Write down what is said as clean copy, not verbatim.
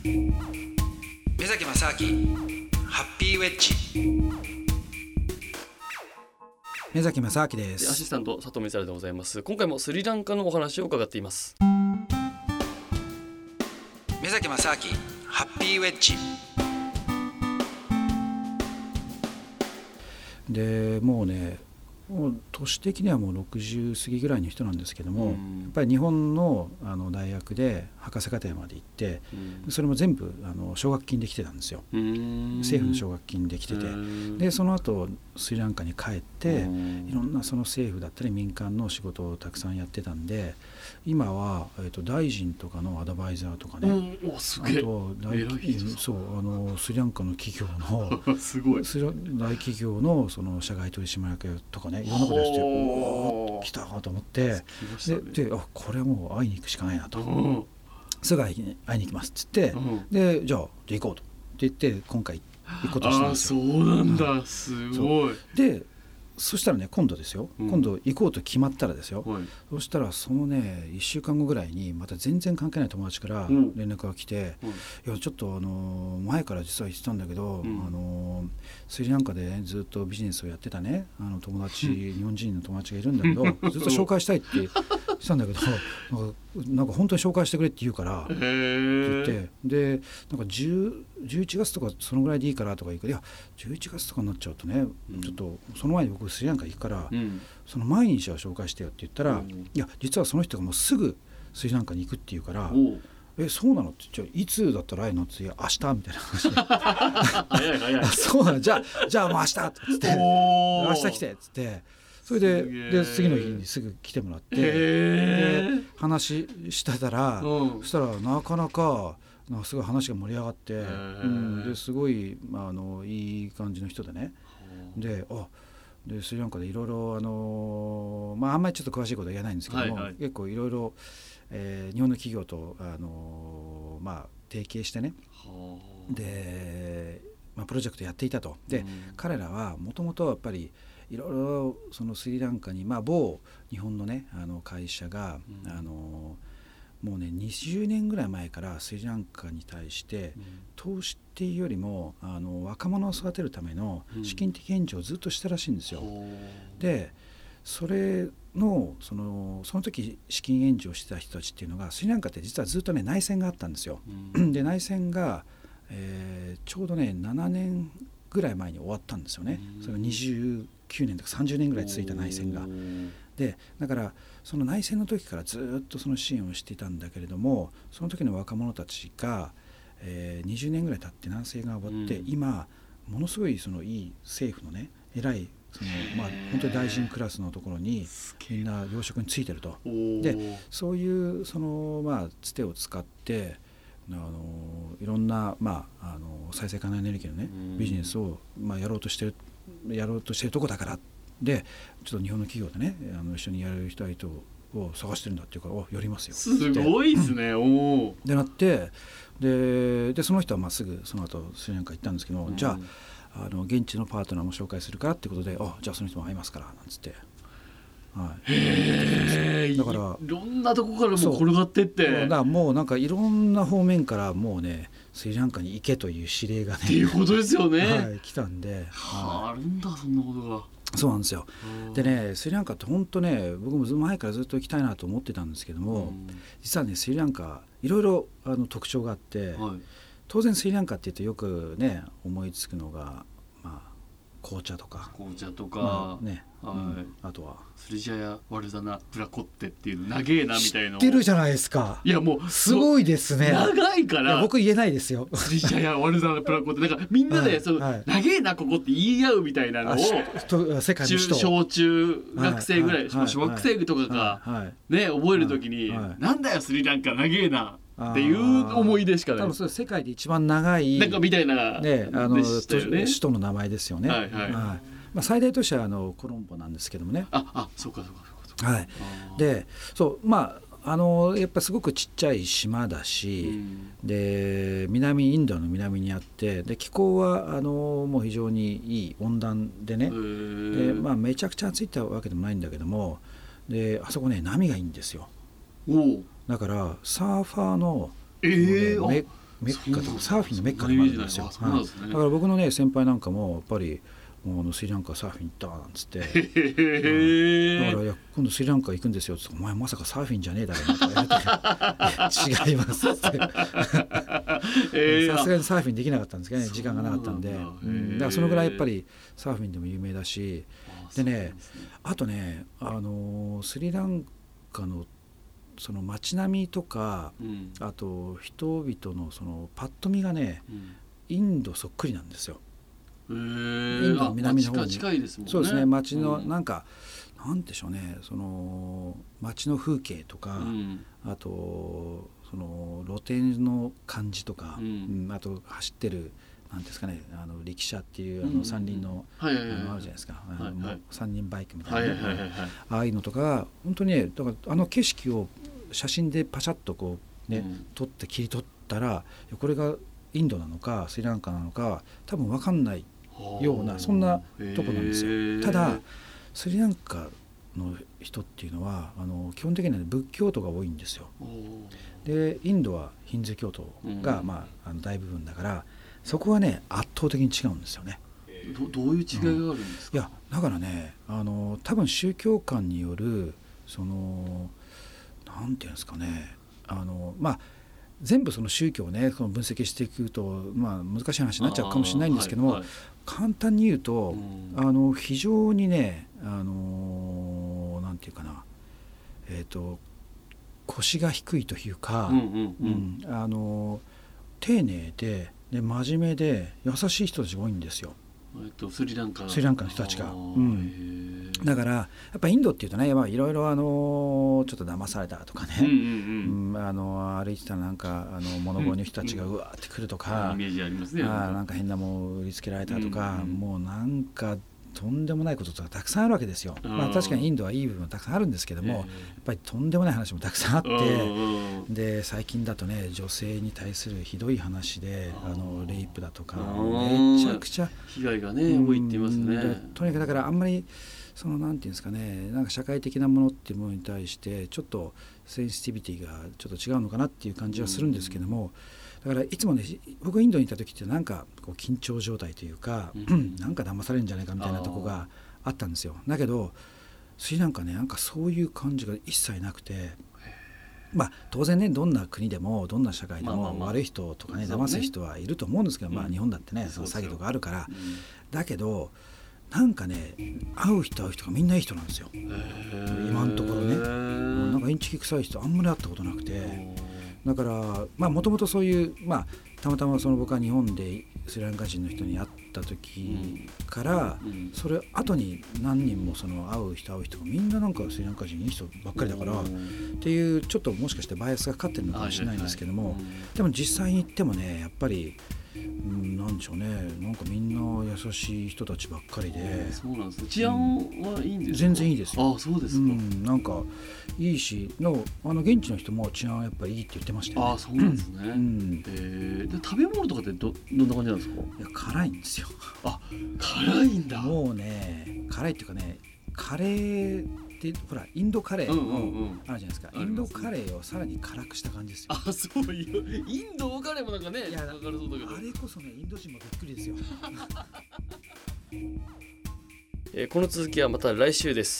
目崎正明ハッピーウェッジ。目崎正明です。 アシスタント佐藤美沙でございます。今回もスリランカのお話を伺っています。 目崎正明ハッピーウェッジで、もうね、もう年的にはもう60過ぎぐらいの人なんですけども、やっぱり日本の大学で博士課程まで行って、それも全部奨学金で来てたんですよ。政府の奨学金で来てて、でその後スリランカに帰っていろんなその政府だったり民間の仕事をたくさんやってたんで、今は、大臣とかのアドバイザーとかね、 すげえ、 あとそうスリランカの企業のすごい大企業のその社外取締役とかね、いろんなことやって、おー来たと思って、でこれもう会いに行くしかないなと、すぐ会いに行きますっつって、でじゃあ行こうとって言って今回行こうとしたんですよ。 そうなんだ、すごい。 でそしたらね、今度ですよ、今度行こうと決まったらですよ、そしたらそのね1週間後ぐらいにまた全然関係ない友達から連絡が来て、いやちょっと前から実は言ってたんだけど、スリランカで、ね、ずっとビジネスをやってたね友達、日本人の友達がいるんだけどずっと紹介したいって言ってたんだけどなんか本当に紹介してくれって言うからって言って、でなんか11月とかそのぐらいでいいからとか言うから、いや11月とかになっちゃうとね、ちょっとその前に僕スリランカ行くから、その毎日は紹介してよって言ったら、いや実はその人がもうすぐスリランカに行くって言うから、そうなのって、じゃあいつだったら会えるのって、いや明日みたいな話で早いそうなの、じゃあもう明日って言って明日来てっつって、それで次の日にすぐ来てもらって、で話してたら、そしたらなかなかすごい話が盛り上がって、ですごい、いい感じの人でね、でスリランカでいろいろあんまりちょっと詳しいことは言えないんですけども、結構いろいろ日本の企業と提携してね、で、プロジェクトやっていたと。で、彼らはもともとやっぱりいろいろそのスリランカに、某日本のね会社が、もうね20年ぐらい前からスリランカに対して投資っていうよりも若者を育てるための資金的援助をずっとしたらしいんですよ。でその時資金援助をしてた人たちっていうのが、スリランカって実はずっとね内戦があったんですよ。で内戦が、ちょうどね7年ぐらい前に終わったんですよね。それが29年とか30年ぐらい続いた内戦が。でだからその内戦の時からずっとその支援をしていたんだけれども、その時の若者たちが、20年ぐらい経って内戦が終わって、今ものすごいそのいい政府のね偉い本当に大臣クラスのところにみんな要職に就いてると。でそういうそのつてを使っていろんな再生可能エネルギーのねビジネスをやろうとしてるとこだから、でちょっと日本の企業でね一緒にやる人を探してるんだっていうから、やりますよ。 すごいですね。 でなって、でその人はすぐその後スリランカ行ったんですけど、じゃあ現地のパートナーも紹介するからってことで、じゃあその人も会いますからなんつって、だからいろんなとこからも転がってって、 だからもうなんかいろんな方面からもうねスリランカに行けという指令がねっていうことですよね、 来たんで、 あるんだそんなことが。 そうなんですよ。でねスリランカって本当ね、僕も前からずっと行きたいなと思ってたんですけども、実はねスリランカいろいろ特徴があって、当然スリランカって言うとよくね思いつくのが紅茶とかね、あとはスリジャヤワルダナブラコッテっていう長えなみたいなの知ってるじゃないですか。 いやもうすごいですね。 長いから僕言えないですよ。 スリジャヤワルダナブラコッテ、なんかみんなで長えなここって言い合うみたいなのを世界の人小中学生ぐらい、小学生とかがね覚えるときに、なんだよスリランカ長えなっていう思い出しかない。 多分それ世界で一番長いなんかみたいな、 首都の名前ですよね。最大都市はコロンボなんですけどもね。 そうか。 でやっぱすごくちっちゃい島だし、でインドの南にあって、で気候はもう非常にいい温暖でね、でめちゃくちゃ暑いってわけでもないんだけども、であそこね波がいいんですよ。だからサーファーのメッカとかサーフィンのメッカでもあるんですよ。だから僕のね先輩なんかもやっぱりもうスリランカサーフィン行ったなんつって、だからいや今度スリランカ行くんですよって言って、お前まさかサーフィンじゃねえだろとか言われて違いますってさすがにサーフィンできなかったんですけどね、時間がなかったんで、だからそのぐらいやっぱりサーフィンでも有名だし、でね、あとねスリランカのその街並みとか、あと人々のそのパッと見がね、インドそっくりなんですよ。インドの南の方に近いですもんね。 そうですね、街のなんか、なんでしょうね、その街の風景とか、あとその露店の感じとか、あと走ってるなんですかね、力車っていう三輪のあるじゃないですか、三輪バイクみたいな、ああいうのとか本当にね、だから景色を写真でパシャッとこうね、撮って切り取ったらこれがインドなのかスリランカなのか多分分かんないようなそんなとこなんですよ。ただスリランカの人っていうのは基本的には、ね、仏教徒が多いんですよ。でインドはヒンズー教徒が、大部分だからそこはね圧倒的に違うんですよね。 どういう違いがあるんですか？ いやだからね多分宗教観によるそのなんていうんですかね、全部その宗教をねその分析していくと、難しい話になっちゃうかもしれないんですけども、簡単に言うと、非常にねなんていうかな、腰が低いというか、丁寧で、真面目で優しい人たちが多いんですよ。 スリランカの人たちが。だからやっぱインドっていうとね、いろいろちょっと騙されたとかね、歩いてたらなんか物乞いの人たちがうわーって来るとか、 イメージありますね。 なんか変なもん売りつけられたとか、もうなんかとんでもないこととかたくさんあるわけですよ。確かにインドはいい部分たくさんあるんですけども、やっぱりとんでもない話もたくさんあって、で最近だとね女性に対するひどい話でレイプだとかめちゃくちゃ被害がね多いって言いますね。 とにかくだからあんまりそのなんていうんですかね、なんか社会的なものっていうものに対してちょっとセンシティビティがちょっと違うのかなっていう感じはするんですけども、だからいつもね僕インドにいた時ってなんかこう緊張状態というか、なんか騙されるんじゃないかみたいなとこがあったんですよ。だけどスリランカねなんかそういう感じが一切なくて、当然ねどんな国でもどんな社会でも悪い人とかね騙す人はいると思うんですけど、日本だってねその詐欺とかあるから、だけどなんかね会う人がみんないい人なんですよ。今のところね、なんかインチキ臭い人あんまり会ったことなくて、だからもともとそういうたまたまその僕は日本でスリランカ人の人に会った時から、それ後に何人もその会う人がみんななんかスリランカ人いい人ばっかりだから、っていうちょっともしかしてバイアスがかかってるのかもしれないんですけども、でも実際に行ってもねやっぱりなんでしょうね、なんかみんな優しい人たちばっかりで。 そうなんですね。治安はいいんですか？ 全然いいですよ。 そうですか。 なんかいいし現地の人も治安はやっぱりいいって言ってましたよね。 そうなんですね。で食べ物とかってどんな感じなんですか？ いや辛いんですよ。 辛いんだ。もうね辛いっていうかね、カレーってほらインドカレーもあるじゃないですか。インドカレーをさらに辛くした感じですよ。 そういうインドカレーもなんかね、 いやだからそうだけど、あれこそねインド人もびっくりですよ。 この続きはまた来週です。